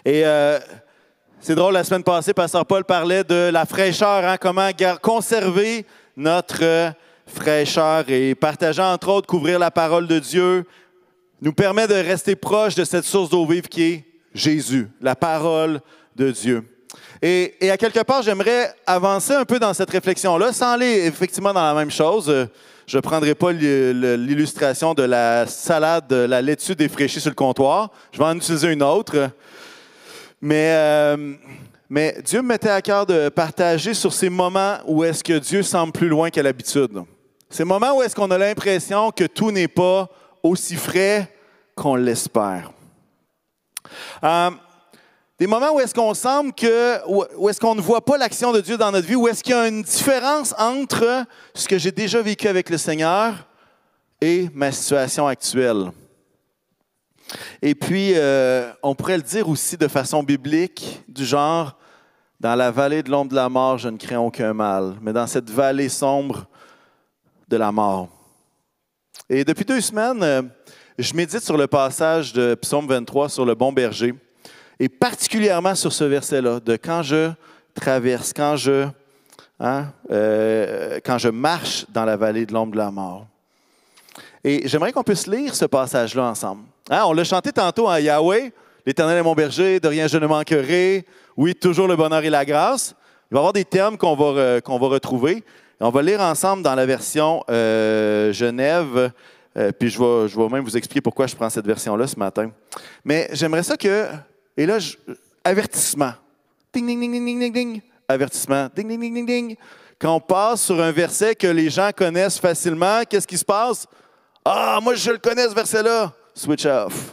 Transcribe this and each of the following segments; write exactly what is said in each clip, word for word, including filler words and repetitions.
Et euh, c'est drôle, la semaine passée, Pasteur Paul parlait de la fraîcheur, hein, comment gar- conserver notre euh, fraîcheur et partageant, entre autres, couvrir la parole de Dieu nous permet de rester proche de cette source d'eau vive qui est Jésus, la parole de Dieu. Et, et à quelque part, j'aimerais avancer un peu dans cette réflexion-là, sans aller effectivement dans la même chose. Je ne prendrai pas l'illustration de la salade, de la laitue défraîchie sur le comptoir. Je vais en utiliser une autre. Mais, euh, mais Dieu me mettait à cœur de partager sur ces moments où est-ce que Dieu semble plus loin qu'à l'habitude. Ces moments où est-ce qu'on a l'impression que tout n'est pas aussi frais qu'on l'espère. Euh, des moments où est-ce qu'on semble que, où est-ce qu'on ne voit pas l'action de Dieu dans notre vie, où est-ce qu'il y a une différence entre ce que j'ai déjà vécu avec le Seigneur et ma situation actuelle. Et puis, euh, on pourrait le dire aussi de façon biblique, du genre, dans la vallée de l'ombre de la mort, je ne crains aucun mal, mais dans cette vallée sombre de la mort. Et depuis deux semaines, euh, je médite sur le passage de Psaume vingt-trois sur le bon berger, et particulièrement sur ce verset-là, de quand je traverse, quand je, hein, euh, quand je marche dans la vallée de l'ombre de la mort. Et j'aimerais qu'on puisse lire ce passage-là ensemble. Hein, on l'a chanté tantôt à Yahweh, l'Éternel est mon berger, de rien je ne manquerai, oui, toujours le bonheur et la grâce. Il va y avoir des termes qu'on va, euh, qu'on va retrouver. Et on va lire ensemble dans la version euh, Genève, euh, puis je vais, je vais même vous expliquer pourquoi je prends cette version-là ce matin. Mais j'aimerais ça que, et là, je, avertissement. Ding, ding, ding, ding, ding, ding, ding. Avertissement. Ding, ding, ding, ding, ding. Quand on passe sur un verset que les gens connaissent facilement, qu'est-ce qui se passe? Ah, moi, je le connais, ce verset-là. Switch off.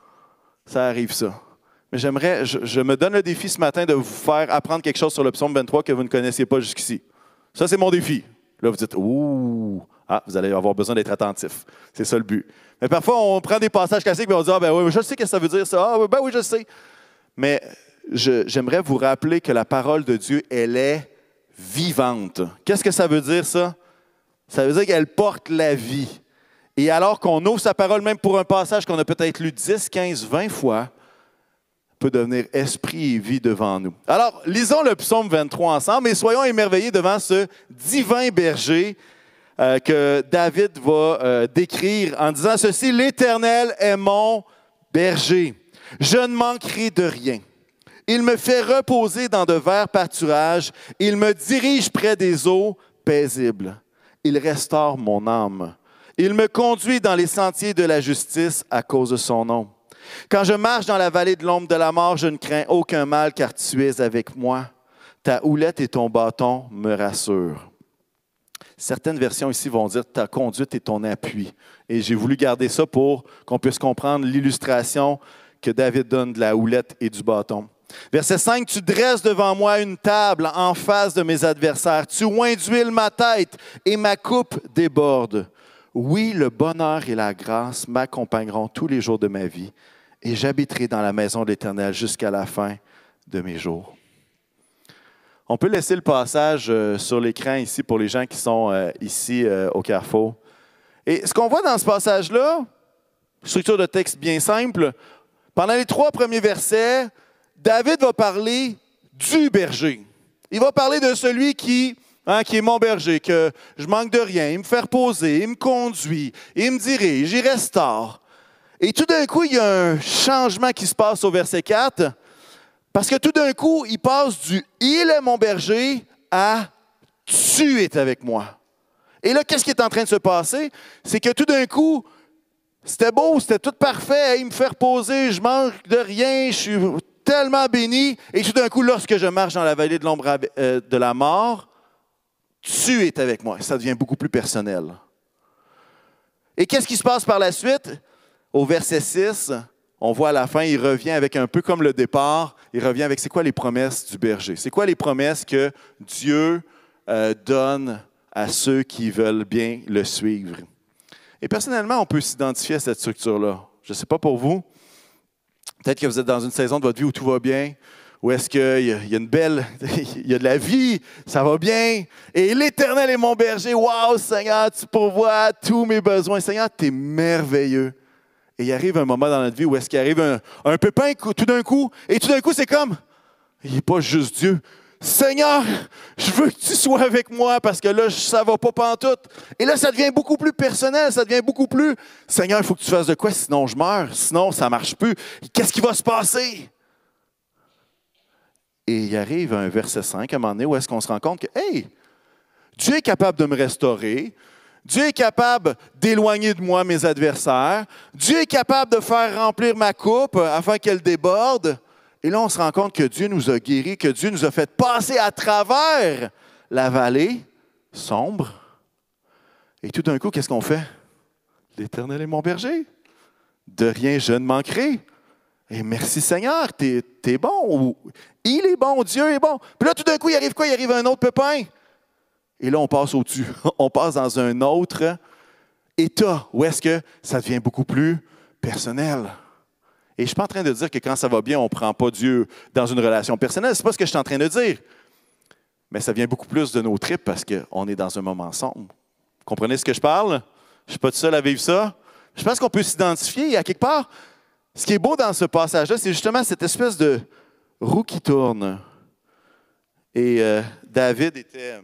Ça arrive, ça. Mais j'aimerais, je, je me donne le défi ce matin de vous faire apprendre quelque chose sur le psaume vingt-trois que vous ne connaissiez pas jusqu'ici. Ça, c'est mon défi. Là, vous dites, ouh, ah, vous allez avoir besoin d'être attentif. C'est ça le but. Mais parfois, on prend des passages classiques et on dit, ah, ben oui, je sais ce que ça veut dire, ça. Ah, ben oui, je sais. Mais je, j'aimerais vous rappeler que la parole de Dieu, elle est vivante. Qu'est-ce que ça veut dire, ça? Ça veut dire qu'elle porte la vie. Et alors qu'on ouvre sa parole, même pour un passage qu'on a peut-être lu dix, quinze, vingt fois, peut devenir esprit et vie devant nous. Alors, lisons le psaume vingt-trois ensemble et soyons émerveillés devant ce divin berger euh, que David va euh, décrire en disant ceci, « L'Éternel est mon berger. Je ne manquerai de rien. Il me fait reposer dans de verts pâturages. Il me dirige près des eaux paisibles. Il restaure mon âme. Il me conduit dans les sentiers de la justice à cause de son nom. Quand je marche dans la vallée de l'ombre de la mort, je ne crains aucun mal car tu es avec moi. Ta houlette et ton bâton me rassurent. » Certaines versions ici vont dire « ta conduite et ton appui ». Et j'ai voulu garder ça pour qu'on puisse comprendre l'illustration que David donne de la houlette et du bâton. Verset cinq, « Tu dresses devant moi une table en face de mes adversaires. Tu oins d'huile ma tête et ma coupe déborde. Oui, le bonheur et la grâce m'accompagneront tous les jours de ma vie et j'habiterai dans la maison de l'Éternel jusqu'à la fin de mes jours. » On peut laisser le passage euh, sur l'écran ici pour les gens qui sont euh, ici euh, au Carrefour. Et ce qu'on voit dans ce passage-là, structure de texte bien simple, pendant les trois premiers versets, David va parler du berger. Il va parler de celui qui... Hein, qui est mon berger, que je manque de rien, il me fait reposer, il me conduit, il me dirige, il restaure. Et tout d'un coup, il y a un changement qui se passe au verset quatre, parce que tout d'un coup, il passe du « il est mon berger » à « tu es avec moi ». Et là, qu'est-ce qui est en train de se passer? C'est que tout d'un coup, c'était beau, c'était tout parfait, il me fait reposer, je manque de rien, je suis tellement béni. Et tout d'un coup, lorsque je marche dans la vallée de l'ombre de la mort, tu es avec moi. Ça devient beaucoup plus personnel. Et qu'est-ce qui se passe par la suite? Au verset six, on voit à la fin, il revient avec un peu comme le départ, il revient avec c'est quoi les promesses du berger? C'est quoi les promesses que Dieu euh, donne à ceux qui veulent bien le suivre? Et personnellement, on peut s'identifier à cette structure-là. Je ne sais pas pour vous. Peut-être que vous êtes dans une saison de votre vie où tout va bien, où est-ce qu'il y, y a une belle, il y a de la vie, ça va bien. Et l'Éternel est mon berger. Wow, Seigneur, tu pourvois tous mes besoins. Seigneur, tu es merveilleux. Et il arrive un moment dans notre vie où est-ce qu'il arrive un, un pépin tout d'un coup, et tout d'un coup, c'est comme, il n'est pas juste Dieu. Seigneur, je veux que tu sois avec moi parce que là, ça ne va pas pantoute. Et là, ça devient beaucoup plus personnel, ça devient beaucoup plus, Seigneur, il faut que tu fasses de quoi, sinon je meurs, sinon ça ne marche plus. Qu'est-ce qui va se passer? Et il arrive un verset cinq, à un moment donné, où est-ce qu'on se rend compte que, hey, Dieu est capable de me restaurer. Dieu est capable d'éloigner de moi mes adversaires. Dieu est capable de faire remplir ma coupe afin qu'elle déborde. Et là, on se rend compte que Dieu nous a guéris, que Dieu nous a fait passer à travers la vallée sombre. Et tout d'un coup, qu'est-ce qu'on fait? L'Éternel est mon berger. De rien je ne manquerai. Et merci Seigneur, t'es, t'es bon. Il est bon, Dieu est bon. Puis là, tout d'un coup, il arrive quoi? Il arrive un autre pépin. Et là, on passe au-dessus. On passe dans un autre état où est-ce que ça devient beaucoup plus personnel. Et je ne suis pas en train de dire que quand ça va bien, on ne prend pas Dieu dans une relation personnelle. Ce n'est pas ce que je suis en train de dire. Mais ça vient beaucoup plus de nos tripes parce qu'on est dans un moment sombre. Vous comprenez ce que je parle? Je ne suis pas tout seul à vivre ça. Je pense qu'on peut s'identifier à quelque part. Ce qui est beau dans ce passage-là, c'est justement cette espèce de roue qui tourne. Et euh, David était...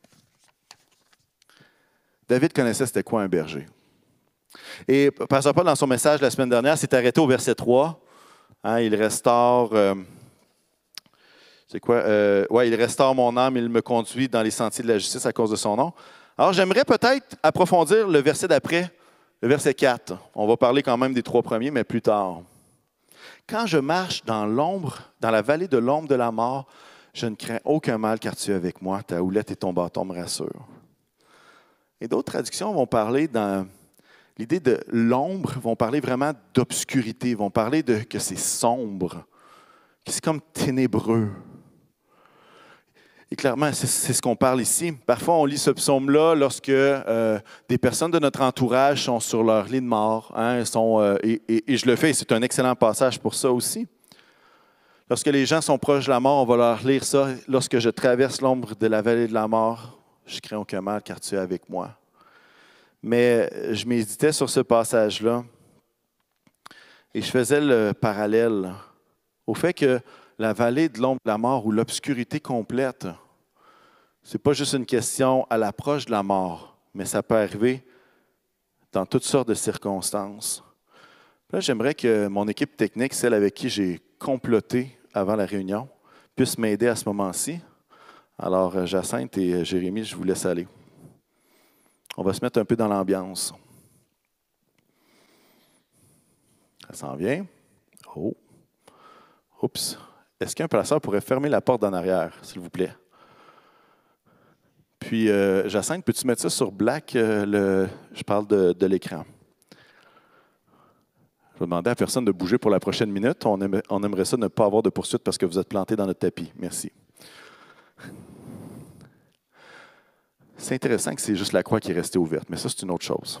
David connaissait c'était quoi un berger. Et Pasteur Paul, dans son message la semaine dernière, s'est arrêté au verset trois. Hein, il restaure... Euh, c'est quoi? Euh, ouais, il restaure mon âme, il me conduit dans les sentiers de la justice à cause de son nom. Alors, j'aimerais peut-être approfondir le verset d'après, le verset quatre. On va parler quand même des trois premiers, mais plus tard. Quand je marche dans l'ombre, dans la vallée de l'ombre de la mort, je ne crains aucun mal car tu es avec moi, ta houlette et ton bâton me rassurent. Et d'autres traductions vont parler dans l'idée de l'ombre, vont parler vraiment d'obscurité, vont parler de que c'est sombre, que c'est comme ténébreux. Et clairement, c'est, c'est ce qu'on parle ici. Parfois, on lit ce psaume-là lorsque euh, des personnes de notre entourage sont sur leur lit de mort. Hein, sont, euh, et, et, et je le fais, c'est un excellent passage pour ça aussi. Lorsque les gens sont proches de la mort, on va leur lire ça. Lorsque je traverse l'ombre de la vallée de la mort, je crains aucun mal car tu es avec moi. Mais je méditais sur ce passage-là et je faisais le parallèle au fait que la vallée de l'ombre de la mort ou l'obscurité complète, ce n'est pas juste une question à l'approche de la mort, mais ça peut arriver dans toutes sortes de circonstances. Là, j'aimerais que mon équipe technique, celle avec qui j'ai comploté avant la réunion, puisse m'aider à ce moment-ci. Alors, Jacinthe et Jérémie, je vous laisse aller. On va se mettre un peu dans l'ambiance. Ça s'en vient. Oh. Oups. Est-ce qu'un passeur pourrait fermer la porte d'en arrière, s'il vous plaît? Puis, euh, Jacinthe, peux-tu mettre ça sur Black? Euh, le, je parle de, de l'écran. Je vais demander à personne de bouger pour la prochaine minute. On, aime, on aimerait ça ne pas avoir de poursuite parce que vous êtes planté dans notre tapis. Merci. C'est intéressant que c'est juste la croix qui est restée ouverte, mais ça, c'est une autre chose.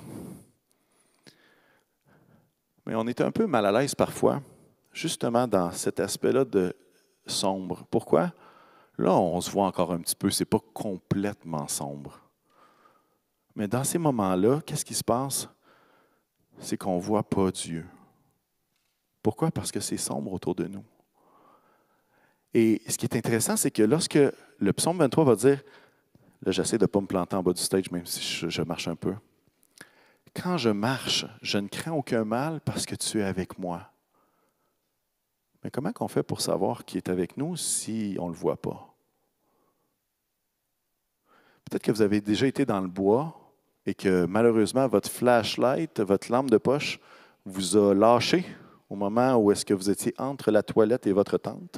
Mais on est un peu mal à l'aise parfois, justement dans cet aspect-là de sombre. Pourquoi? Là, on se voit encore un petit peu, ce n'est pas complètement sombre. Mais dans ces moments-là, qu'est-ce qui se passe? C'est qu'on ne voit pas Dieu. Pourquoi? Parce que c'est sombre autour de nous. Et ce qui est intéressant, c'est que lorsque le psaume vingt-trois va dire, là, j'essaie de ne pas me planter en bas du stage, même si je, je marche un peu. Quand je marche, je ne crains aucun mal parce que tu es avec moi. Mais comment on fait pour savoir qui est avec nous si on ne le voit pas? Peut-être que vous avez déjà été dans le bois et que malheureusement, votre flashlight, votre lampe de poche vous a lâché au moment où est-ce que vous étiez entre la toilette et votre tente.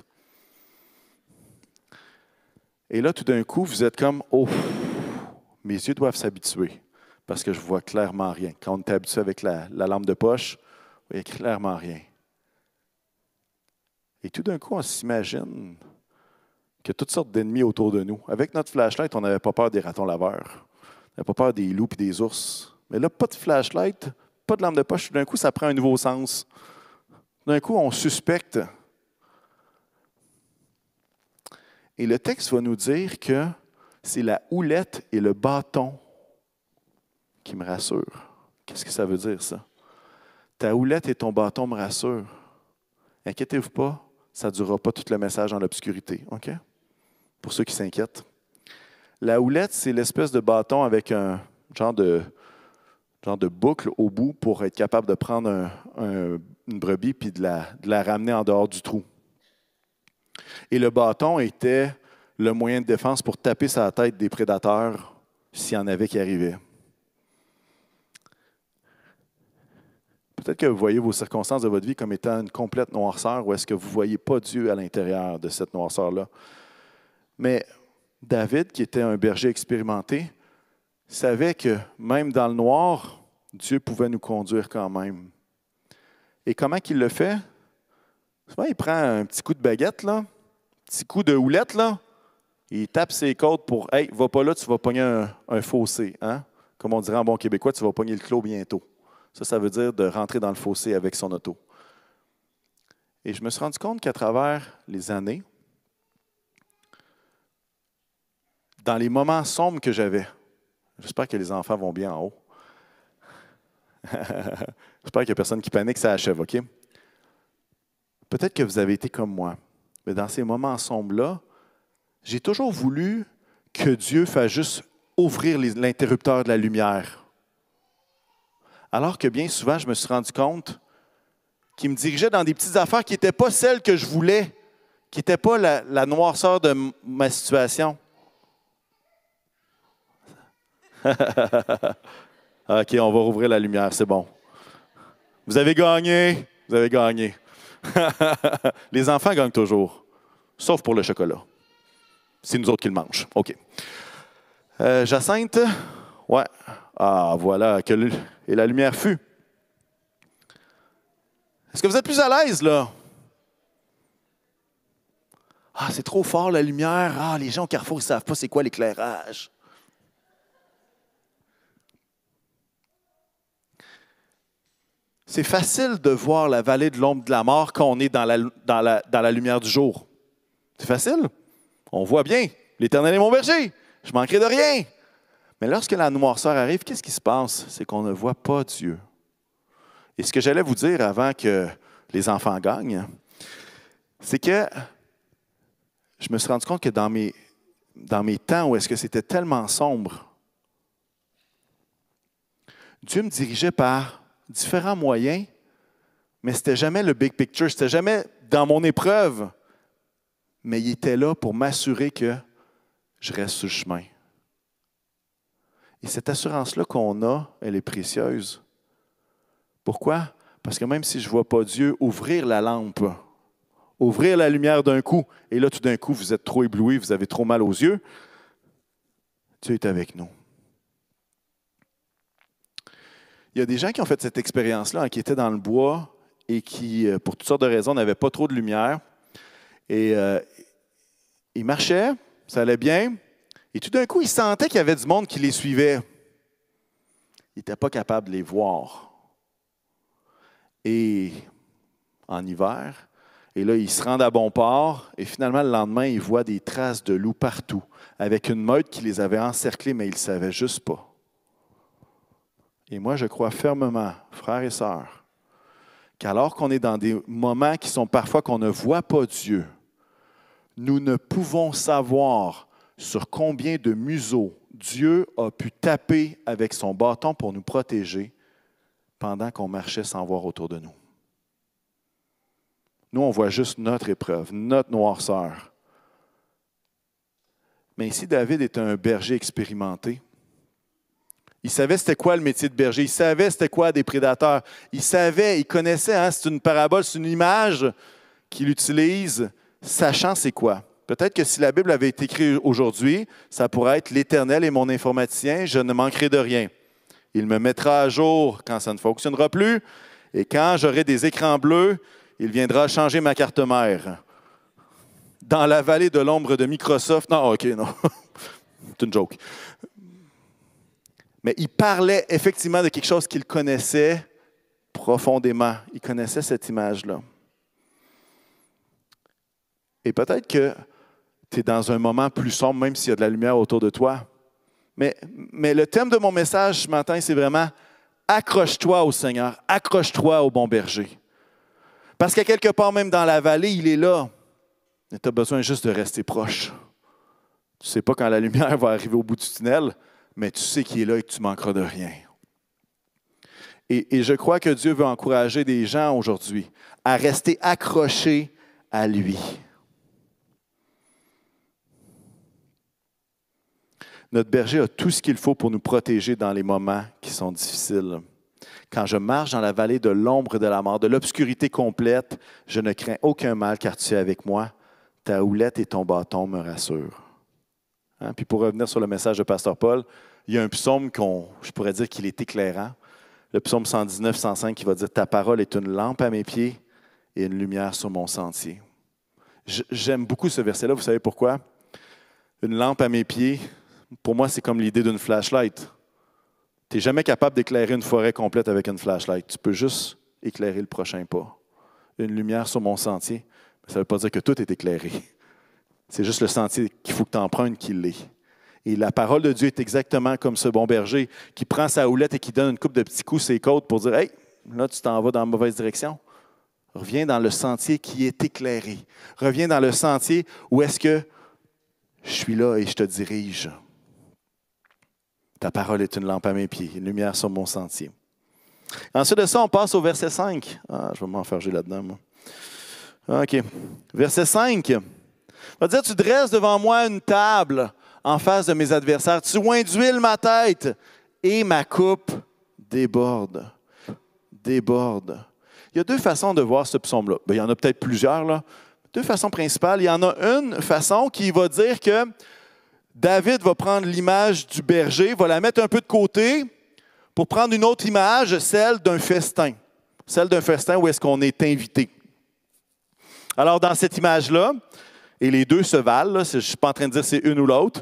Et là, tout d'un coup, vous êtes comme « Oh, mes yeux doivent s'habituer parce que je ne vois clairement rien. » Quand on est habitué avec la, la lampe de poche, il n'y a clairement rien. Et tout d'un coup, on s'imagine qu'il y a toutes sortes d'ennemis autour de nous. Avec notre flashlight, on n'avait pas peur des ratons laveurs. On n'avait pas peur des loups et des ours. Mais là, pas de flashlight, pas de lampe de poche. Tout d'un coup, ça prend un nouveau sens. D'un coup, on suspecte. Et le texte va nous dire que c'est la houlette et le bâton qui me rassurent. Qu'est-ce que ça veut dire, ça? Ta houlette et ton bâton me rassurent. Inquiétez-vous pas, ça ne durera pas tout le message dans l'obscurité. OK? Pour ceux qui s'inquiètent. La houlette, c'est l'espèce de bâton avec un genre de, genre de boucle au bout pour être capable de prendre un, un, une brebis et de la, de la ramener en dehors du trou. Et le bâton était le moyen de défense pour taper sur la tête des prédateurs s'il y en avait qui arrivaient. Peut-être que vous voyez vos circonstances de votre vie comme étant une complète noirceur ou est-ce que vous ne voyez pas Dieu à l'intérieur de cette noirceur-là. Mais David, qui était un berger expérimenté, savait que même dans le noir, Dieu pouvait nous conduire quand même. Et comment qu'il le fait? Souvent, il prend un petit coup de baguette, là, un petit coup de houlette, là, et il tape ses côtes pour « Hey, va pas là, tu vas pogner un, un fossé. Hein? » Comme on dirait en bon québécois, tu vas pogner le clos bientôt. Ça, ça veut dire de rentrer dans le fossé avec son auto. Et je me suis rendu compte qu'à travers les années, dans les moments sombres que j'avais, j'espère que les enfants vont bien en haut. J'espère qu'il n'y a personne qui panique, ça achève, OK? Peut-être que vous avez été comme moi, mais dans ces moments sombres-là, j'ai toujours voulu que Dieu fasse juste ouvrir les, l'interrupteur de la lumière. Alors que bien souvent, je me suis rendu compte qu'il me dirigeait dans des petites affaires qui n'étaient pas celles que je voulais, qui n'étaient pas la, la noirceur de m- ma situation. OK, on va rouvrir la lumière, c'est bon. Vous avez gagné, vous avez gagné. Les enfants gagnent toujours, sauf pour le chocolat. C'est nous autres qui le mangent. OK. Euh, Jacinthe, ouais. Ah, voilà, que le, et la lumière fut. Est-ce que vous êtes plus à l'aise, là? Ah, c'est trop fort, la lumière. Ah, les gens au Carrefour, ils ne savent pas c'est quoi l'éclairage. C'est facile de voir la vallée de l'ombre de la mort quand on est dans la, dans la, dans la lumière du jour. C'est facile. On voit bien. L'Éternel est mon berger. Je ne manquerai de rien. Mais lorsque la noirceur arrive, qu'est-ce qui se passe? C'est qu'on ne voit pas Dieu. Et ce que j'allais vous dire avant que les enfants gagnent, c'est que je me suis rendu compte que dans mes, dans mes temps où est-ce que c'était tellement sombre, Dieu me dirigeait par différents moyens, mais ce n'était jamais le big picture, ce n'était jamais dans mon épreuve, mais il était là pour m'assurer que je reste sur le chemin. Et cette assurance-là qu'on a, elle est précieuse. Pourquoi? Parce que même si je ne vois pas Dieu, ouvrir la lampe, ouvrir la lumière d'un coup, et là, tout d'un coup, vous êtes trop ébloui, vous avez trop mal aux yeux, Dieu est avec nous. Il y a des gens qui ont fait cette expérience-là, hein, qui étaient dans le bois et qui, pour toutes sortes de raisons, n'avaient pas trop de lumière. Et euh, ils marchaient, ça allait bien, et tout d'un coup, ils sentaient qu'il y avait du monde qui les suivait. Ils n'étaient pas capables de les voir. Et en hiver, et là, ils se rendent à bon port, et finalement, le lendemain, ils voient des traces de loups partout, avec une meute qui les avait encerclés, mais ils ne le savaient juste pas. Et moi, je crois fermement, frères et sœurs, qu'alors qu'on est dans des moments qui sont parfois qu'on ne voit pas Dieu, nous ne pouvons savoir sur combien de museaux Dieu a pu taper avec son bâton pour nous protéger pendant qu'on marchait sans voir autour de nous. Nous, on voit juste notre épreuve, notre noirceur. Mais ici, David est un berger expérimenté. Il savait c'était quoi le métier de berger. Il savait c'était quoi des prédateurs. Il savait, il connaissait, hein, c'est une parabole, c'est une image qu'il utilise, sachant c'est quoi. Peut-être que si la Bible avait été écrite aujourd'hui, ça pourrait être « L'Éternel est mon informaticien, je ne manquerai de rien. Il me mettra à jour quand ça ne fonctionnera plus, et quand j'aurai des écrans bleus, il viendra changer ma carte mère. » Dans la vallée de l'ombre de Microsoft, non, OK, non, c'est une joke. Mais il parlait effectivement de quelque chose qu'il connaissait profondément. Il connaissait cette image-là. Et peut-être que tu es dans un moment plus sombre, même s'il y a de la lumière autour de toi. Mais, mais le thème de mon message ce matin, c'est vraiment accroche-toi au Seigneur, accroche-toi au bon berger. Parce qu'à quelque part, même dans la vallée, il est là. Mais tu as besoin juste de rester proche. Tu ne sais pas quand la lumière va arriver au bout du tunnel, mais tu sais qu'il est là et que tu ne manqueras de rien. Et, et je crois que Dieu veut encourager des gens aujourd'hui à rester accrochés à lui. Notre berger a tout ce qu'il faut pour nous protéger dans les moments qui sont difficiles. Quand je marche dans la vallée de l'ombre de la mort, de l'obscurité complète, je ne crains aucun mal car tu es avec moi. Ta houlette et ton bâton me rassurent. Hein? Puis pour revenir sur le message de Pasteur Paul, il y a un psaume qu'on, je pourrais dire qu'il est éclairant. Le psaume cent dix-neuf, cent cinq qui va dire « Ta parole est une lampe à mes pieds et une lumière sur mon sentier. » J'aime beaucoup ce verset-là. Vous savez pourquoi? Une lampe à mes pieds, pour moi, c'est comme l'idée d'une flashlight. Tu n'es jamais capable d'éclairer une forêt complète avec une flashlight. Tu peux juste éclairer le prochain pas. Une lumière sur mon sentier, ça ne veut pas dire que tout est éclairé. C'est juste le sentier qu'il faut que tu empruntes qui l'est. Et la parole de Dieu est exactement comme ce bon berger qui prend sa houlette et qui donne une couple de petits coups sur ses côtes pour dire « Hey, là, tu t'en vas dans la mauvaise direction. Reviens dans le sentier qui est éclairé. Reviens dans le sentier où est-ce que je suis là et je te dirige. Ta parole est une lampe à mes pieds, une lumière sur mon sentier. » Ensuite de ça, on passe au verset cinq. Ah, je vais m'enfarger là-dedans, moi. OK. Verset cinq. On va dire « Tu dresses devant moi une table en face de mes adversaires. Tu oins d'huile ma tête et ma coupe déborde. » Déborde. Il y a deux façons de voir ce psaume-là. Bien, il y en a peut-être plusieurs, là. Deux façons principales. Il y en a une façon qui va dire que David va prendre l'image du berger, va la mettre un peu de côté pour prendre une autre image, celle d'un festin. Celle d'un festin où est-ce qu'on est invité. Alors, dans cette image-là, et les deux se valent, là, je ne suis pas en train de dire c'est une ou l'autre,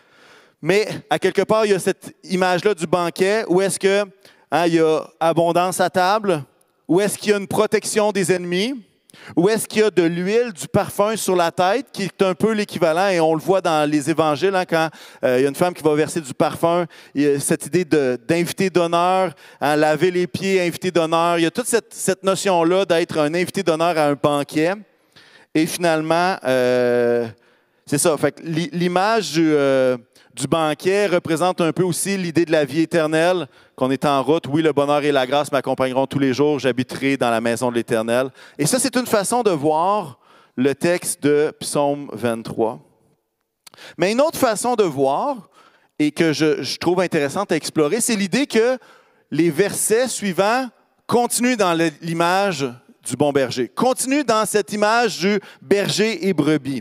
mais à quelque part, il y a cette image-là du banquet où est-ce que hein, il y a abondance à table, où est-ce qu'il y a une protection des ennemis, où est-ce qu'il y a de l'huile, du parfum sur la tête, qui est un peu l'équivalent, et on le voit dans les évangiles, hein, quand euh, il y a une femme qui va verser du parfum, il y a cette idée de, d'invité d'honneur, hein, laver les pieds, invité d'honneur. Il y a toute cette, cette notion-là d'être un invité d'honneur à un banquet. Et finalement, euh, c'est ça. Fait que l'image du, euh, du banquet représente un peu aussi l'idée de la vie éternelle, qu'on est en route. Oui, le bonheur et la grâce m'accompagneront tous les jours. J'habiterai dans la maison de l'Éternel. Et ça, c'est une façon de voir le texte de Psaume vingt-trois. Mais une autre façon de voir, et que je, je trouve intéressante à explorer, c'est l'idée que les versets suivants continuent dans l'image du bon berger. Continue dans cette image du berger et brebis.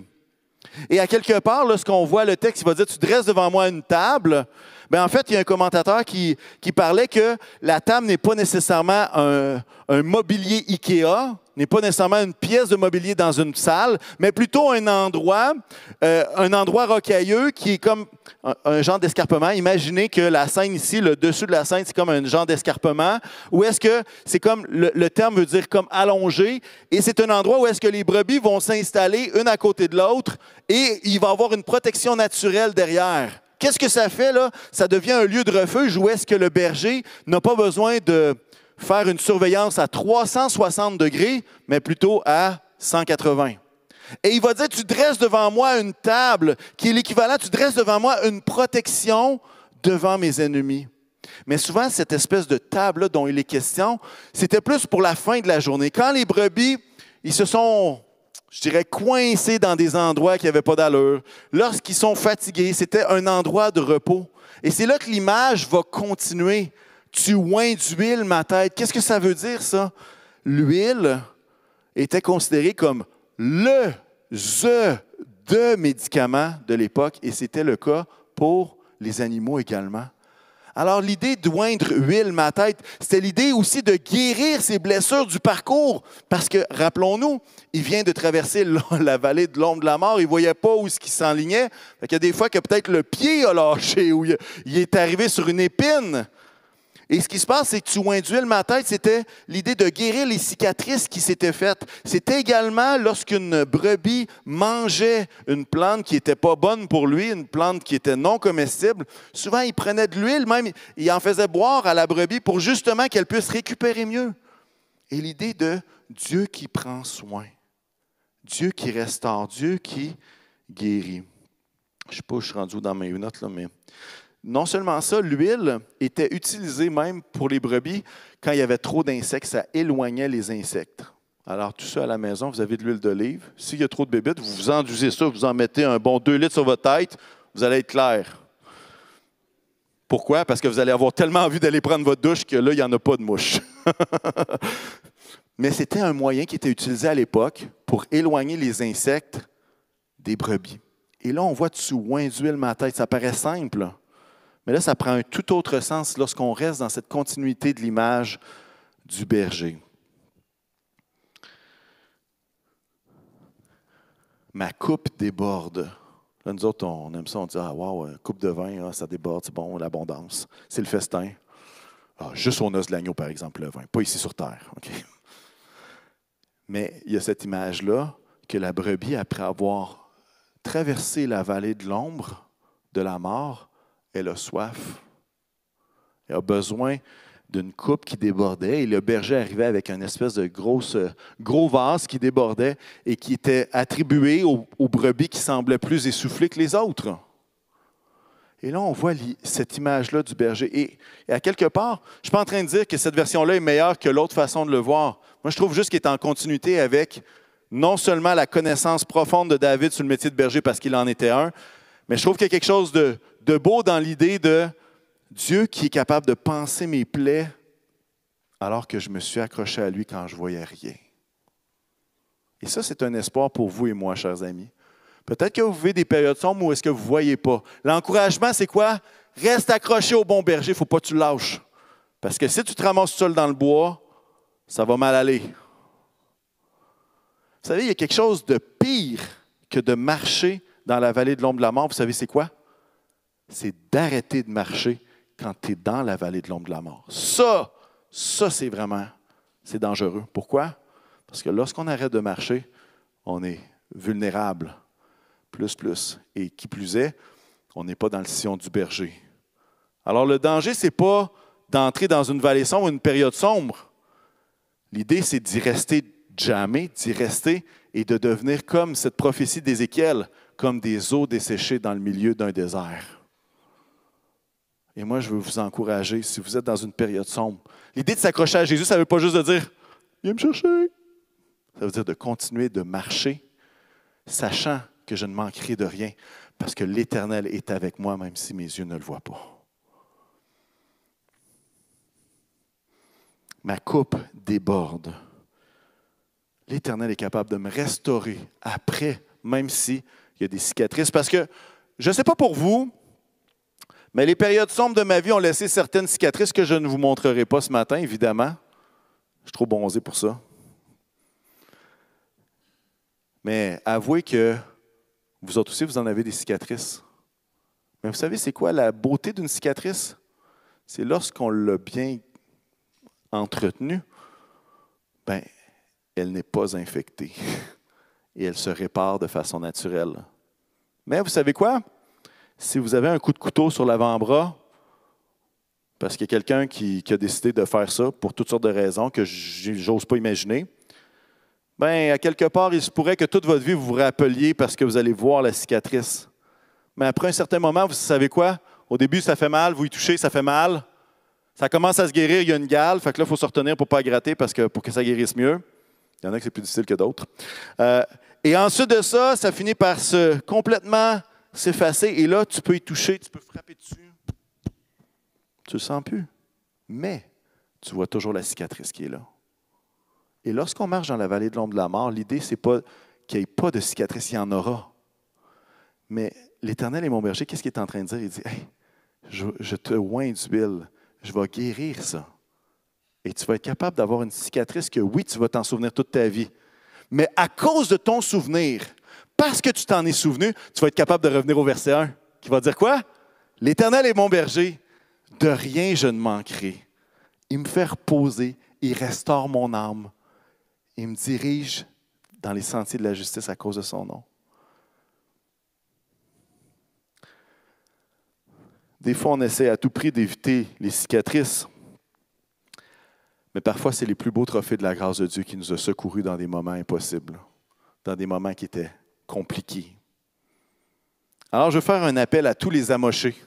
Et à quelque part, lorsqu'on voit le texte, il va dire « Tu dresses devant moi une table », bien, en fait, il y a un commentateur qui, qui parlait que la table n'est pas nécessairement un, un mobilier Ikea, n'est pas nécessairement une pièce de mobilier dans une salle, mais plutôt un endroit, euh, un endroit rocailleux qui est comme un, un genre d'escarpement. Imaginez que la scène ici, le dessus de la scène, c'est comme un genre d'escarpement, où est-ce que c'est comme, le, le terme veut dire comme allongé, et c'est un endroit où est-ce que les brebis vont s'installer une à côté de l'autre, et il va y avoir une protection naturelle derrière. Qu'est-ce que ça fait, là? Ça devient un lieu de refuge où est-ce que le berger n'a pas besoin de faire une surveillance à trois cent soixante degrés, mais plutôt à cent quatre-vingts. Et il va dire, tu dresses devant moi une table qui est l'équivalent, tu dresses devant moi une protection devant mes ennemis. Mais souvent, cette espèce de table-là dont il est question, c'était plus pour la fin de la journée. Quand les brebis, ils se sont, je dirais, coincés dans des endroits qui n'avaient pas d'allure, lorsqu'ils sont fatigués, c'était un endroit de repos. Et c'est là que l'image va continuer. Tu oins d'huile ma tête. Qu'est-ce que ça veut dire, ça? L'huile était considérée comme le, the, de médicament de l'époque, et c'était le cas pour les animaux également. Alors, l'idée d'oindre huile ma tête, c'était l'idée aussi de guérir ses blessures du parcours. Parce que, rappelons-nous, il vient de traverser la vallée de l'ombre de la mort. Il ne voyait pas où ce qui s'enlignait. Il y a des fois que peut-être le pied a lâché ou il est arrivé sur une épine. Et ce qui se passe, c'est que tu oins d'huile ma tête, c'était l'idée de guérir les cicatrices qui s'étaient faites. C'était également lorsqu'une brebis mangeait une plante qui n'était pas bonne pour lui, une plante qui était non comestible. Souvent, il prenait de l'huile, même, il en faisait boire à la brebis pour justement qu'elle puisse récupérer mieux. Et l'idée de Dieu qui prend soin, Dieu qui restaure, Dieu qui guérit. Je ne sais pas où je suis rendu dans mes notes, là, mais... Non seulement ça, l'huile était utilisée même pour les brebis quand il y avait trop d'insectes, ça éloignait les insectes. Alors, tout ça à la maison, vous avez de l'huile d'olive. S'il y a trop de bébites, vous vous enduisez ça, vous en mettez un bon deux litres sur votre tête, vous allez être clair. Pourquoi? Parce que vous allez avoir tellement envie d'aller prendre votre douche que là, il n'y en a pas de mouches. Mais c'était un moyen qui était utilisé à l'époque pour éloigner les insectes des brebis. Et là, on voit tu oins d'huile ma tête. Ça paraît simple, là. Mais là, ça prend un tout autre sens lorsqu'on reste dans cette continuité de l'image du berger. Ma coupe déborde. Là, nous autres, on aime ça, on dit « Ah, wow, coupe de vin, ah, ça déborde, c'est bon, l'abondance. C'est le festin. Ah, » Juste au noces de l'agneau, par exemple, le vin, pas ici sur terre. Okay? Mais il y a cette image-là que la brebis, après avoir traversé la vallée de l'ombre de la mort, elle a soif. Elle a besoin d'une coupe qui débordait. Et le berger arrivait avec une espèce de grosse, gros vase qui débordait et qui était attribué aux, aux brebis qui semblaient plus essoufflées que les autres. Et là, on voit cette image-là du berger. Et, et à quelque part, je ne suis pas en train de dire que cette version-là est meilleure que l'autre façon de le voir. Moi, je trouve juste qu'il est en continuité avec non seulement la connaissance profonde de David sur le métier de berger parce qu'il en était un, mais je trouve qu'il y a quelque chose de, de beau dans l'idée de Dieu qui est capable de panser mes plaies alors que je me suis accroché à lui quand je ne voyais rien. Et ça, c'est un espoir pour vous et moi, chers amis. Peut-être que vous vivez des périodes sombres où est-ce que vous ne voyez pas. L'encouragement, c'est quoi? Reste accroché au bon berger, il ne faut pas que tu lâches. Parce que si tu te ramasses seul dans le bois, ça va mal aller. Vous savez, il y a quelque chose de pire que de marcher dans la vallée de l'ombre de la mort. Vous savez, c'est quoi? C'est d'arrêter de marcher quand tu es dans la vallée de l'ombre de la mort. Ça, ça, c'est vraiment, c'est dangereux. Pourquoi? Parce que lorsqu'on arrête de marcher, on est vulnérable. Plus, plus. Et qui plus est, on n'est pas dans le sillon du berger. Alors, le danger, ce n'est pas d'entrer dans une vallée sombre ou une période sombre. L'idée, c'est d'y rester jamais, d'y rester et de devenir comme cette prophétie d'Ézéchiel, comme des eaux desséchées dans le milieu d'un désert. Et moi, je veux vous encourager, si vous êtes dans une période sombre. L'idée de s'accrocher à Jésus, ça ne veut pas juste de dire « Viens me chercher ». Ça veut dire de continuer de marcher, sachant que je ne manquerai de rien, parce que l'Éternel est avec moi, même si mes yeux ne le voient pas. Ma coupe déborde. L'Éternel est capable de me restaurer après, même s'il y a des cicatrices. Parce que, je ne sais pas pour vous, mais les périodes sombres de ma vie ont laissé certaines cicatrices que je ne vous montrerai pas ce matin, évidemment. Je suis trop bronzé pour ça. Mais avouez que vous autres aussi, vous en avez des cicatrices. Mais vous savez, c'est quoi la beauté d'une cicatrice? C'est lorsqu'on l'a bien entretenue, ben, elle n'est pas infectée et elle se répare de façon naturelle. Mais vous savez quoi? Si vous avez un coup de couteau sur l'avant-bras, parce qu'il y a quelqu'un qui, qui a décidé de faire ça pour toutes sortes de raisons que j'ose pas imaginer, bien, à quelque part, il se pourrait que toute votre vie, vous vous rappeliez parce que vous allez voir la cicatrice. Mais après un certain moment, vous savez quoi? Au début, ça fait mal, vous y touchez, ça fait mal. Ça commence à se guérir, il y a une gale, fait que là, il faut se retenir pour ne pas gratter parce que, pour que ça guérisse mieux. Il y en a que c'est plus difficile que d'autres. Euh, et ensuite de ça, ça finit par se complètement s'effacer. Et là, tu peux y toucher, tu peux frapper dessus. Tu ne le sens plus. Mais tu vois toujours la cicatrice qui est là. Et lorsqu'on marche dans la vallée de l'ombre de la mort, l'idée, ce n'est pas qu'il n'y ait pas de cicatrice, il y en aura. Mais l'Éternel est mon berger, qu'est-ce qu'il est en train de dire? Il dit, hey, je, je te oins d'huile, je vais guérir ça. Et tu vas être capable d'avoir une cicatrice que, oui, tu vas t'en souvenir toute ta vie. Mais à cause de ton souvenir, parce que tu t'en es souvenu, tu vas être capable de revenir au verset un, qui va dire quoi? L'Éternel est mon berger, de rien je ne manquerai. Il me fait reposer, il restaure mon âme. Il me dirige dans les sentiers de la justice à cause de son nom. Des fois, on essaie à tout prix d'éviter les cicatrices. Mais parfois, c'est les plus beaux trophées de la grâce de Dieu qui nous a secourus dans des moments impossibles, dans des moments qui étaient compliqués. Alors, je veux faire un appel à tous les amochés,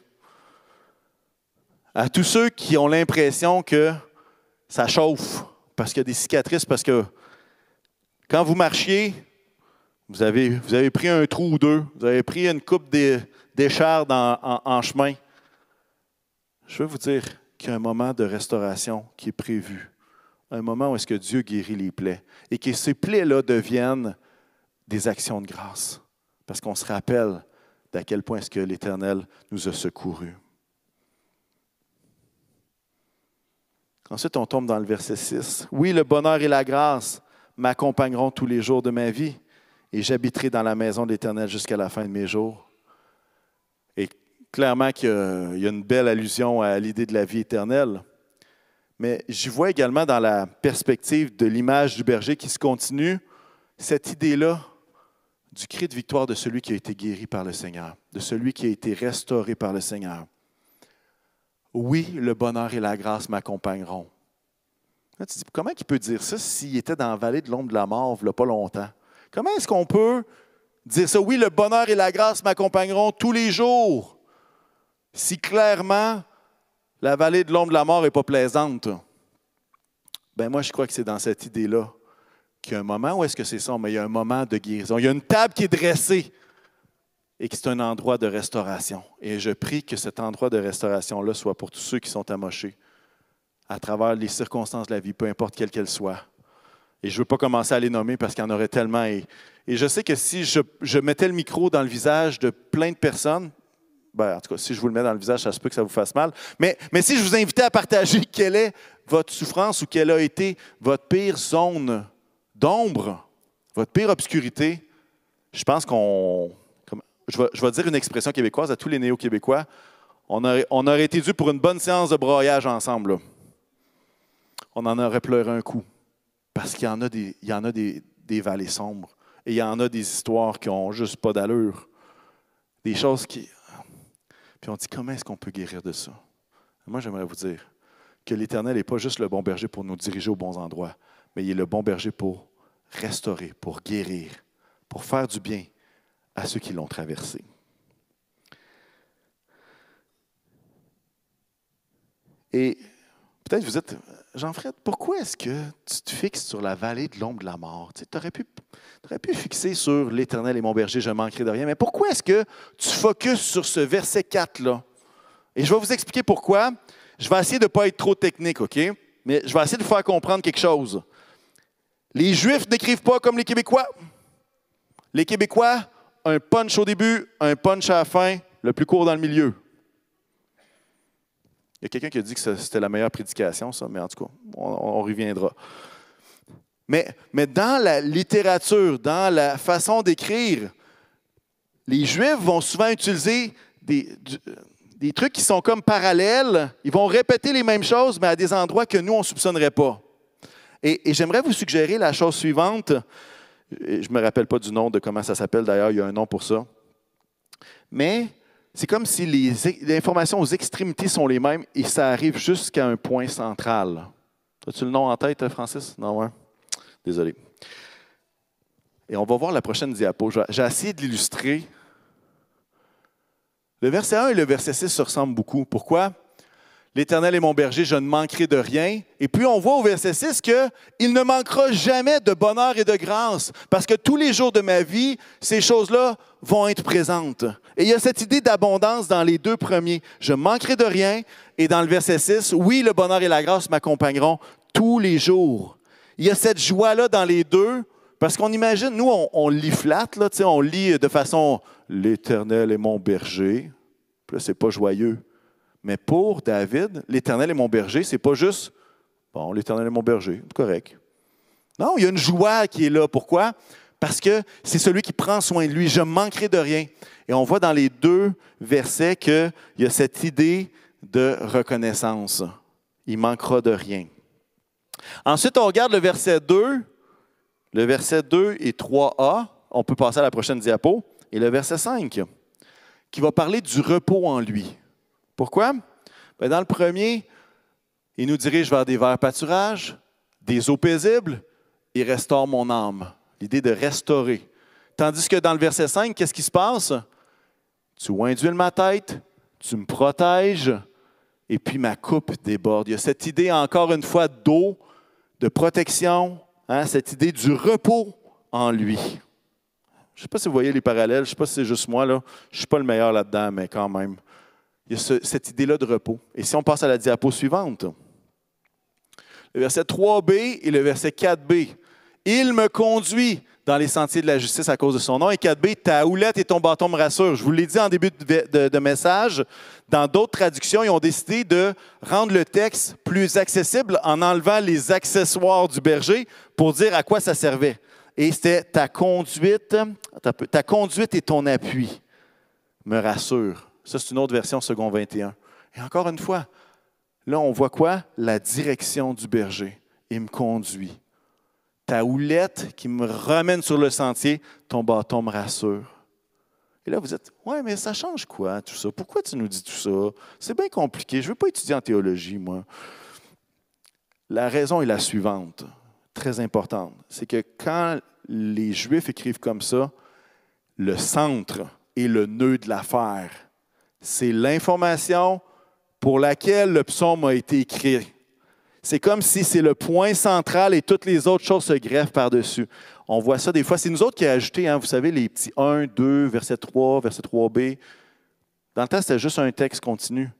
à tous ceux qui ont l'impression que ça chauffe, parce qu'il y a des cicatrices, parce que quand vous marchiez, vous avez, vous avez pris un trou ou deux, vous avez pris une coupe d'écharde en, en, en chemin. Je veux vous dire qu'il y a un moment de restauration qui est prévu, un moment où est-ce que Dieu guérit les plaies et que ces plaies-là deviennent des actions de grâce, parce qu'on se rappelle d'à quel point est-ce que l'Éternel nous a secourus. Ensuite, on tombe dans le verset six. « Oui, le bonheur et la grâce m'accompagneront tous les jours de ma vie, et j'habiterai dans la maison de l'Éternel jusqu'à la fin de mes jours. » Et clairement qu'il y a une belle allusion à l'idée de la vie éternelle, mais j'y vois également dans la perspective de l'image du berger qui se continue, cette idée-là du cri de victoire de celui qui a été guéri par le Seigneur, de celui qui a été restauré par le Seigneur. Oui, le bonheur et la grâce m'accompagneront. Là, tu te dis, comment il peut dire ça s'il était dans la vallée de l'ombre de la mort il n'y a pas longtemps? Comment est-ce qu'on peut dire ça? Oui, le bonheur et la grâce m'accompagneront tous les jours. Si clairement, la vallée de l'ombre de la mort n'est pas plaisante, ben moi, je crois que c'est dans cette idée-là qu'il y a un moment où est-ce que c'est ça? Mais il y a un moment de guérison. Il y a une table qui est dressée et que c'est un endroit de restauration. Et je prie que cet endroit de restauration-là soit pour tous ceux qui sont amochés à travers les circonstances de la vie, peu importe quelles qu'elles soient. Et je ne veux pas commencer à les nommer parce qu'il y en aurait tellement. Et, et je sais que si je, je mettais le micro dans le visage de plein de personnes, ben, en tout cas, si je vous le mets dans le visage, ça se peut que ça vous fasse mal. Mais, mais si je vous invitais à partager quelle est votre souffrance ou quelle a été votre pire zone d'ombre, votre pire obscurité, je pense qu'on... Je vais, je vais dire une expression québécoise à tous les néo-québécois. On aurait, on aurait été dû pour une bonne séance de broyage ensemble. Là. On en aurait pleuré un coup. Parce qu'il y en a, des, il y en a des, des vallées sombres. Et il y en a des histoires qui n'ont juste pas d'allure. Des choses qui... Puis on dit, comment est-ce qu'on peut guérir de ça? Moi, j'aimerais vous dire que l'Éternel n'est pas juste le bon berger pour nous diriger aux bons endroits, mais il est le bon berger pour restaurer, pour guérir, pour faire du bien à ceux qui l'ont traversé. Et peut-être vous êtes, Jean-Fred, pourquoi est-ce que tu te fixes sur la vallée de l'ombre de la mort? Tu aurais pu, t'aurais pu fixer sur l'Éternel est mon berger, je ne manquerai de rien. Mais pourquoi est-ce que tu focuses sur ce verset quatre-là? Et je vais vous expliquer pourquoi. Je vais essayer de ne pas être trop technique, OK? Mais je vais essayer de vous faire comprendre quelque chose. Les Juifs n'écrivent pas comme les Québécois. Les Québécois, un punch au début, un punch à la fin, le plus court dans le milieu. Il y a quelqu'un qui a dit que c'était la meilleure prédication, ça, mais en tout cas, on, on reviendra. Mais, mais dans la littérature, dans la façon d'écrire, les Juifs vont souvent utiliser des, des trucs qui sont comme parallèles. Ils vont répéter les mêmes choses, mais à des endroits que nous, on ne soupçonnerait pas. Et, et j'aimerais vous suggérer la chose suivante. Je ne me rappelle pas du nom de comment ça s'appelle, d'ailleurs, il y a un nom pour ça. Mais c'est comme si les, les informations aux extrémités sont les mêmes et ça arrive jusqu'à un point central. As-tu le nom en tête, Francis? Non, hein? Désolé. Et on va voir la prochaine diapo. J'ai essayé de l'illustrer. Le verset un et le verset six se ressemblent beaucoup. Pourquoi? L'Éternel est mon berger, je ne manquerai de rien. Et puis on voit au verset six qu'il ne manquera jamais de bonheur et de grâce, parce que tous les jours de ma vie, ces choses-là vont être présentes. Et il y a cette idée d'abondance dans les deux premiers. Je ne manquerai de rien. Et dans le verset six, oui, le bonheur et la grâce m'accompagneront tous les jours. Il y a cette joie-là dans les deux, parce qu'on imagine, nous, on, on lit flat, là, on lit de façon « L'Éternel est mon berger ». Puis là, ce n'est pas joyeux. Mais pour David, l'Éternel est mon berger, c'est pas juste « Bon, l'Éternel est mon berger, c'est correct ». Non, il y a une joie qui est là. Pourquoi? Parce que c'est celui qui prend soin de lui. Je ne manquerai de rien. Et on voit dans les deux versets qu'il y a cette idée de reconnaissance. il ne manquera de rien. Ensuite, on regarde le verset deux, le verset deux et trois a. On peut passer à la prochaine diapo. Et le verset cinq, qui va parler du repos en lui. Pourquoi? Bien, dans le premier, il nous dirige vers des verts pâturages, des eaux paisibles, et restaure mon âme. L'idée de restaurer. Tandis que dans le verset cinq, qu'est-ce qui se passe? Tu induis ma tête, tu me protèges, et puis ma coupe déborde. Il y a cette idée, encore une fois, d'eau, de protection, hein, cette idée du repos en lui. Je ne sais pas si vous voyez les parallèles, je ne sais pas si c'est juste moi, là. Je ne suis pas le meilleur là-dedans, mais quand même. Il y a ce, cette idée-là de repos. Et si on passe à la diapo suivante, le verset trois b et le verset quatre b. Il me conduit dans les sentiers de la justice à cause de son nom. Et quatre b, ta houlette et ton bâton me rassurent. Je vous l'ai dit en début de, de, de message, dans d'autres traductions, ils ont décidé de rendre le texte plus accessible en enlevant les accessoires du berger pour dire à quoi ça servait. Et c'était ta conduite, ta, ta conduite et ton appui me rassurent. Ça, c'est une autre version, second vingt et un. Et encore une fois, là, on voit quoi? La direction du berger. Il me conduit. Ta houlette qui me ramène sur le sentier, ton bâton me rassure. Et là, vous êtes, ouais, mais ça change quoi, tout ça? Pourquoi tu nous dis tout ça? C'est bien compliqué. Je ne veux pas étudier en théologie, moi. La raison est la suivante, très importante. C'est que quand les Juifs écrivent comme ça, le centre et le nœud de l'affaire, c'est l'information pour laquelle le psaume a été écrit. C'est comme si c'est le point central et toutes les autres choses se greffent par-dessus. On voit ça des fois. C'est nous autres qui avons ajouté, hein, vous savez, les petits un, deux, verset trois, verset trois b. Dans le temps, c'était juste un texte continu.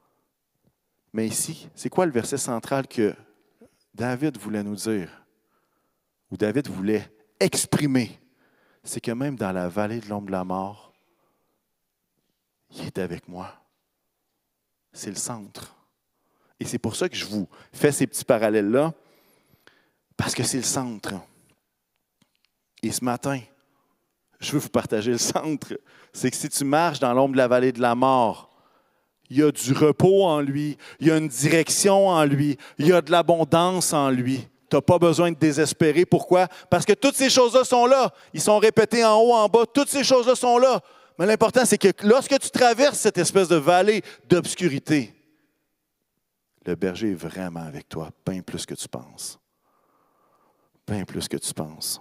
Mais ici, c'est quoi le verset central que David voulait nous dire? Ou David voulait exprimer? C'est que même dans la vallée de l'ombre de la mort, il est avec moi. C'est le centre. Et c'est pour ça que je vous fais ces petits parallèles-là, parce que c'est le centre. Et ce matin, je veux vous partager le centre. C'est que si tu marches dans l'ombre de la vallée de la mort, il y a du repos en lui, il y a une direction en lui, il y a de l'abondance en lui. Tu n'as pas besoin de désespérer. Pourquoi? Parce que toutes ces choses-là sont là. Ils sont répétés en haut, en bas. Toutes ces choses-là sont là. Mais l'important, c'est que lorsque tu traverses cette espèce de vallée d'obscurité, le berger est vraiment avec toi, bien plus que tu penses. Bien plus que tu penses.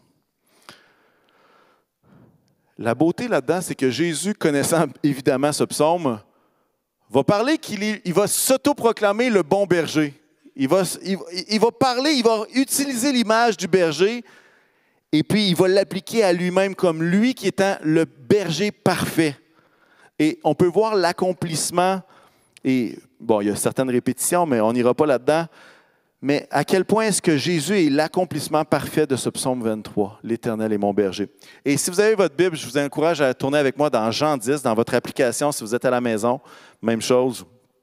La beauté là-dedans, c'est que Jésus, connaissant évidemment ce psaume, va parler qu'il est, il va s'autoproclamer le bon berger. Il va, il, il va parler, il va utiliser l'image du berger et puis il va l'appliquer à lui-même comme lui qui étant le berger parfait. Et on peut voir l'accomplissement, et bon, il y a certaines répétitions, mais on n'ira pas là-dedans. Mais à quel point est-ce que Jésus est l'accomplissement parfait de ce psaume vingt-trois, l'Éternel est mon berger. Et si vous avez votre Bible, je vous encourage à tourner avec moi dans Jean dix, dans votre application, si vous êtes à la maison, même chose.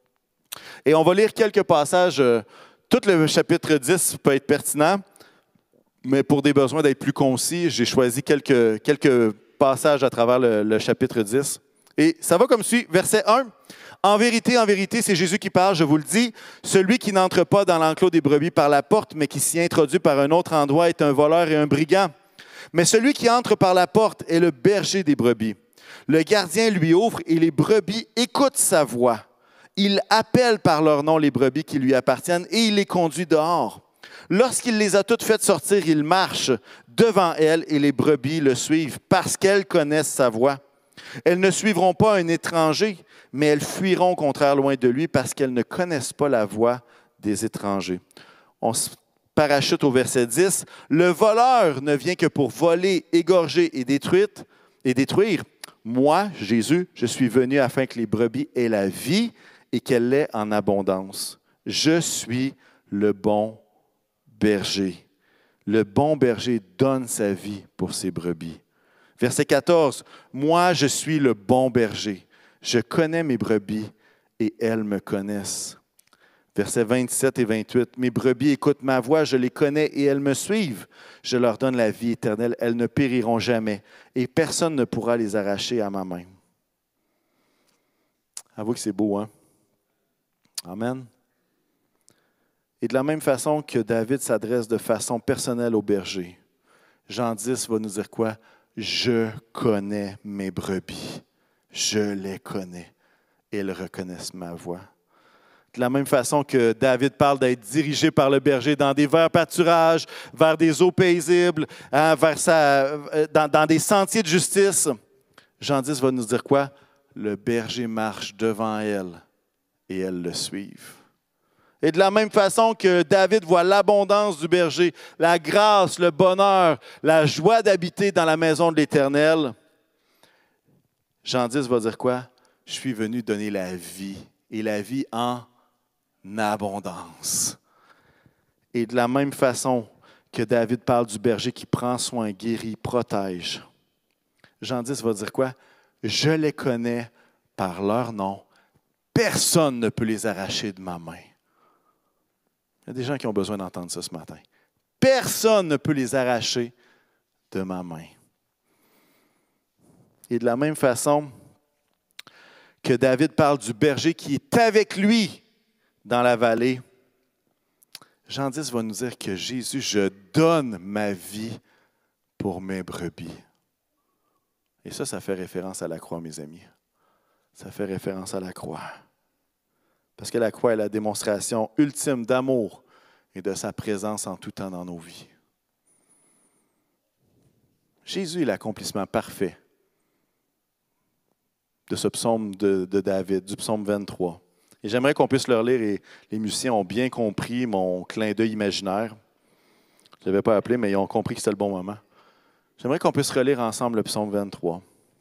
Et on va lire quelques passages. Tout le chapitre dix peut être pertinent, mais pour des besoins d'être plus concis, j'ai choisi quelques, quelques passages à travers le, le chapitre dix. Et ça va comme suit, verset un. En vérité, en vérité, c'est Jésus qui parle, je vous le dis. Celui qui n'entre pas dans l'enclos des brebis par la porte, mais qui s'y introduit par un autre endroit est un voleur et un brigand. Mais celui qui entre par la porte est le berger des brebis. Le gardien lui ouvre et les brebis écoutent sa voix. Il appelle par leur nom les brebis qui lui appartiennent et il les conduit dehors. Lorsqu'il les a toutes faites sortir, il marche devant elles et les brebis le suivent parce qu'elles connaissent sa voix. Elles ne suivront pas un étranger, mais elles fuiront au contraire loin de lui parce qu'elles ne connaissent pas la voix des étrangers. On se parachute au verset dix. Le voleur ne vient que pour voler, égorger et détruire. Et détruire. Moi, Jésus, je suis venu afin que les brebis aient la vie et qu'elle l'ait en abondance. Je suis le bon berger. Le bon berger donne sa vie pour ses brebis. Verset quatorze, « Moi, je suis le bon berger. Je connais mes brebis et elles me connaissent. » Versets vingt-sept et vingt-huit, « Mes brebis écoutent ma voix, je les connais et elles me suivent. Je leur donne la vie éternelle, elles ne périront jamais et personne ne pourra les arracher à ma main. » Avouez que c'est beau, hein? Amen. Et de la même façon que David s'adresse de façon personnelle au berger, Jean dix va nous dire quoi? Je connais mes brebis. Je les connais. Elles reconnaissent ma voix. De la même façon que David parle d'être dirigé par le berger dans des verts pâturages, vers des eaux paisibles, hein, vers sa, dans, dans des sentiers de justice, Jean dix va nous dire quoi? Le berger marche devant elle et elles le suivent. Et de la même façon que David voit l'abondance du berger, la grâce, le bonheur, la joie d'habiter dans la maison de l'Éternel, Jean dix va dire quoi? Je suis venu donner la vie, et la vie en abondance. Et de la même façon que David parle du berger qui prend soin, guérit, protège, Jean dix va dire quoi? Je les connais par leur nom. Personne ne peut les arracher de ma main. Il y a des gens qui ont besoin d'entendre ça ce matin. Personne ne peut les arracher de ma main. Et de la même façon que David parle du berger qui est avec lui dans la vallée, Jean dix va nous dire que Jésus, je donne ma vie pour mes brebis. Et ça, ça fait référence à la croix, mes amis. Ça fait référence à la croix. Parce que la croix est la démonstration ultime d'amour et de sa présence en tout temps dans nos vies. Jésus est l'accomplissement parfait de ce psaume de, de David, du psaume vingt-trois. Et j'aimerais qu'on puisse le relire, et les musiciens ont bien compris mon clin d'œil imaginaire. Je ne l'avais pas appelé, mais ils ont compris que c'était le bon moment. J'aimerais qu'on puisse relire ensemble le psaume vingt-trois.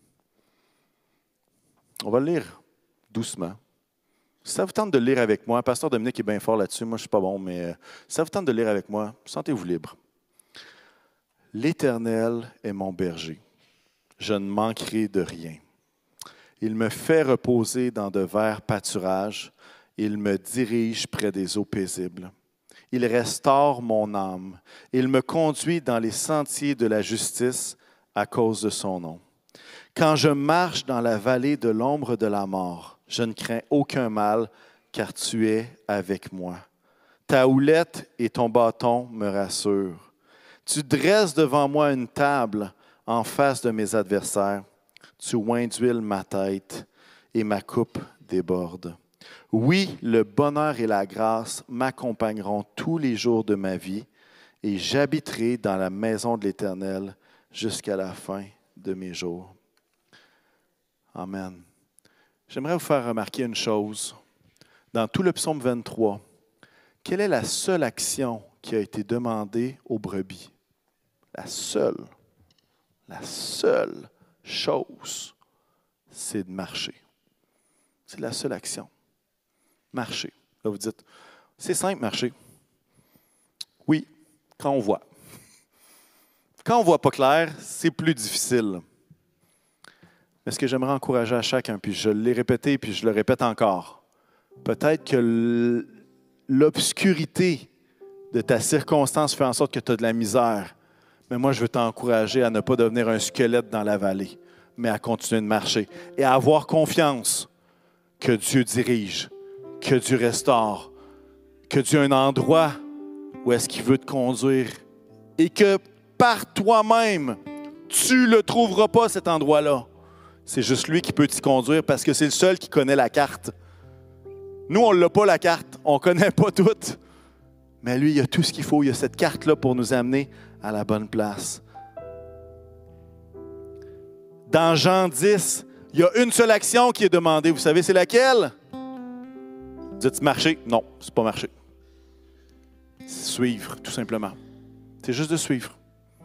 On va le lire doucement. Si ça vous tente de le lire avec moi, Pasteur Dominique est bien fort là-dessus, moi je ne suis pas bon, mais si ça vous tente de le lire avec moi, sentez-vous libre. L'Éternel est mon berger. Je ne manquerai de rien. Il me fait reposer dans de verts pâturages. Il me dirige près des eaux paisibles. Il restaure mon âme. Il me conduit dans les sentiers de la justice à cause de son nom. Quand je marche dans la vallée de l'ombre de la mort, je ne crains aucun mal, car tu es avec moi. Ta houlette et ton bâton me rassurent. Tu dresses devant moi une table en face de mes adversaires. Tu oins d'huile ma tête et ma coupe déborde. Oui, le bonheur et la grâce m'accompagneront tous les jours de ma vie et j'habiterai dans la maison de l'Éternel jusqu'à la fin de mes jours. Amen. J'aimerais vous faire remarquer une chose. Dans tout le psaume vingt-trois, quelle est la seule action qui a été demandée aux brebis? La seule, la seule chose, c'est de marcher. C'est la seule action. Marcher. Là, vous dites, c'est simple, marcher. Oui, quand on voit. Quand on ne voit pas clair, c'est plus difficile. Mais ce que j'aimerais encourager à chacun, puis je l'ai répété, puis je le répète encore, peut-être que l'obscurité de ta circonstance fait en sorte que tu as de la misère. Mais moi, je veux t'encourager à ne pas devenir un squelette dans la vallée, mais à continuer de marcher et à avoir confiance que Dieu dirige, que Dieu restaure, que Dieu a un endroit où est-ce qu'il veut te conduire et que par toi-même, tu ne le trouveras pas, cet endroit-là. C'est juste lui qui peut t'y conduire parce que c'est le seul qui connaît la carte. Nous, on ne l'a pas, la carte. On ne connaît pas toute. Mais lui, il a tout ce qu'il faut. Il a cette carte-là pour nous amener à la bonne place. Dans Jean dix, il y a une seule action qui est demandée. Vous savez, c'est laquelle? Vous dites marcher? Non, c'est pas marcher. C'est suivre, tout simplement. C'est juste de suivre.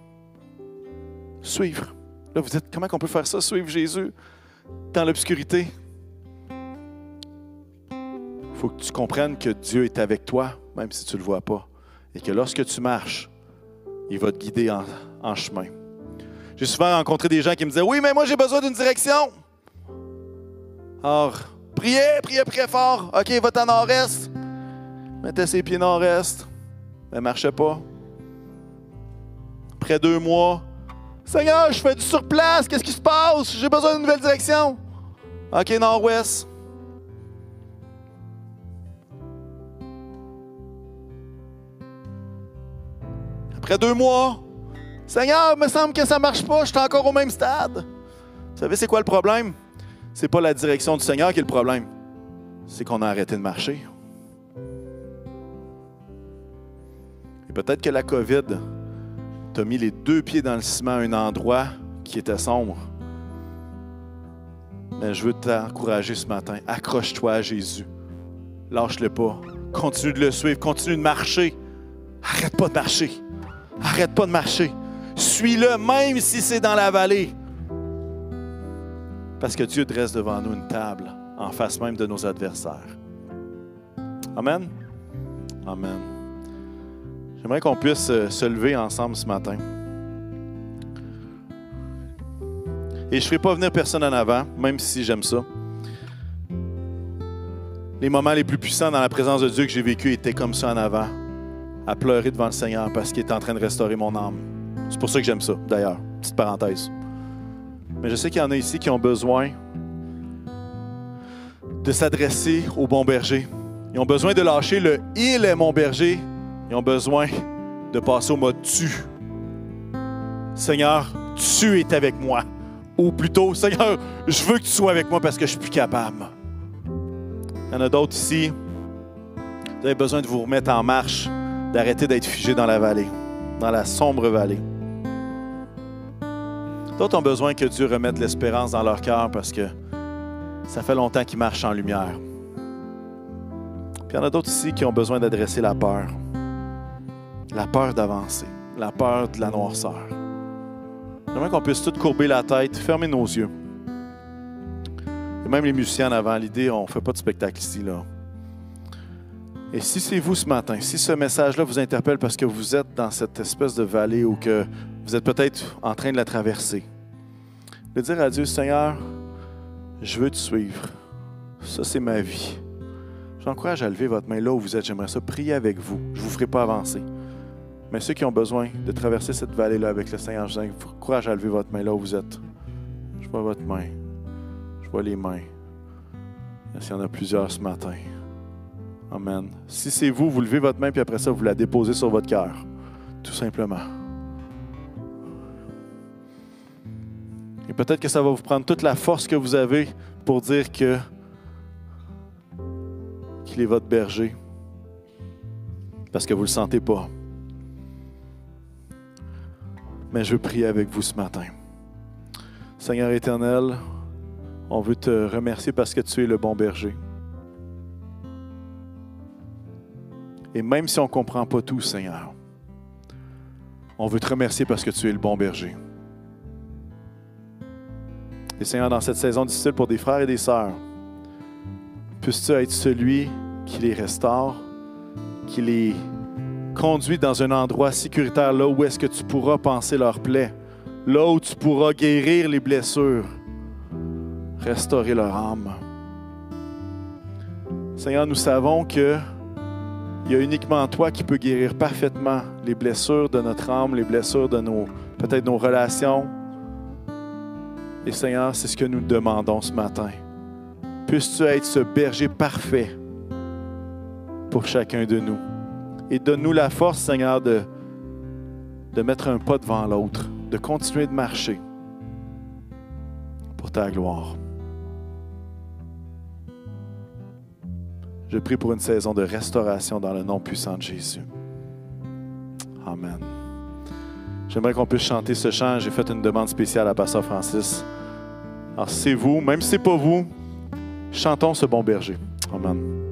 Suivre. Là, vous dites, comment on peut faire ça, suivre Jésus dans l'obscurité? Il faut que tu comprennes que Dieu est avec toi, même si tu ne le vois pas. Et que lorsque tu marches, il va te guider en, en chemin. J'ai souvent rencontré des gens qui me disaient, oui, mais moi, j'ai besoin d'une direction. Alors, priez, priez, priez fort. OK, va-t'en nord-est. Mettez ses pieds nord-est. Elle ne marchait pas. Après deux mois, Seigneur, je fais du surplace. Qu'est-ce qui se passe? J'ai besoin d'une nouvelle direction. OK, nord-ouest. Après deux mois, Seigneur, il me semble que ça ne marche pas, je suis encore au même stade. Vous savez, c'est quoi le problème? C'est pas la direction du Seigneur qui est le problème. C'est qu'on a arrêté de marcher. Et peut-être que la COVID t'a mis les deux pieds dans le ciment à un endroit qui était sombre. Mais je veux t'encourager ce matin. Accroche-toi à Jésus. Lâche-le pas. Continue de le suivre. Continue de marcher. Arrête pas de marcher. Arrête pas de marcher. Suis-le même si c'est dans la vallée. Parce que Dieu dresse devant nous une table en face même de nos adversaires. Amen? Amen. J'aimerais qu'on puisse se lever ensemble ce matin. Et je ne ferai pas venir personne en avant, même si j'aime ça. Les moments les plus puissants dans la présence de Dieu que j'ai vécu étaient comme ça en avant, à pleurer devant le Seigneur parce qu'il est en train de restaurer mon âme. C'est pour ça que j'aime ça, d'ailleurs. Petite parenthèse. Mais je sais qu'il y en a ici qui ont besoin de s'adresser au bon berger. Ils ont besoin de lâcher le « il est mon berger ». Ils ont besoin de passer au mode « tu ». Seigneur, tu es avec moi. Ou plutôt, Seigneur, je veux que tu sois avec moi parce que je ne suis plus capable. Il y en a d'autres ici. Vous avez besoin de vous remettre en marche, d'arrêter d'être figé dans la vallée, dans la sombre vallée. D'autres ont besoin que Dieu remette l'espérance dans leur cœur parce que ça fait longtemps qu'ils marchent en lumière. Puis il y en a d'autres ici qui ont besoin d'adresser la peur. La peur d'avancer, la peur de la noirceur. J'aimerais qu'on puisse tous courber la tête, fermer nos yeux. Et même les musiciens en avant, l'idée, on ne fait pas de spectacle ici, là. Et si c'est vous ce matin, si ce message-là vous interpelle parce que vous êtes dans cette espèce de vallée ou que vous êtes peut-être en train de la traverser, de dire à Dieu, Seigneur, je veux te suivre. Ça, c'est ma vie. Je vous encourage à lever votre main là où vous êtes. J'aimerais ça prier avec vous. Je ne vous ferai pas avancer. Mais ceux qui ont besoin de traverser cette vallée-là avec le Seigneur, je vous encourage à lever votre main là où vous êtes. Je vois votre main. Je vois les mains. S'il y en a plusieurs ce matin. Amen. Si c'est vous, vous levez votre main puis après ça, vous la déposez sur votre cœur. Tout simplement. Et peut-être que ça va vous prendre toute la force que vous avez pour dire que qu'il est votre berger. Parce que vous ne le sentez pas. Mais je veux prier avec vous ce matin. Seigneur éternel, on veut te remercier parce que tu es le bon berger. Et même si on ne comprend pas tout, Seigneur, on veut te remercier parce que tu es le bon berger. Et Seigneur, dans cette saison difficile pour des frères et des sœurs, puisses-tu être celui qui les restaure, qui les conduit dans un endroit sécuritaire, là où est-ce que tu pourras panser leurs plaies, là où tu pourras guérir les blessures, restaurer leur âme. Seigneur, nous savons que il y a uniquement toi qui peux guérir parfaitement les blessures de notre âme, les blessures de nos, peut-être nos relations. Et Seigneur, c'est ce que nous demandons ce matin. Puisses-tu être ce berger parfait pour chacun de nous. Et donne-nous la force, Seigneur, de, de mettre un pas devant l'autre, de continuer de marcher pour ta gloire. Je prie pour une saison de restauration dans le nom puissant de Jésus. Amen. J'aimerais qu'on puisse chanter ce chant. J'ai fait une demande spéciale à Pasteur Francis. Alors, c'est vous, même si ce n'est pas vous, chantons ce bon berger. Amen.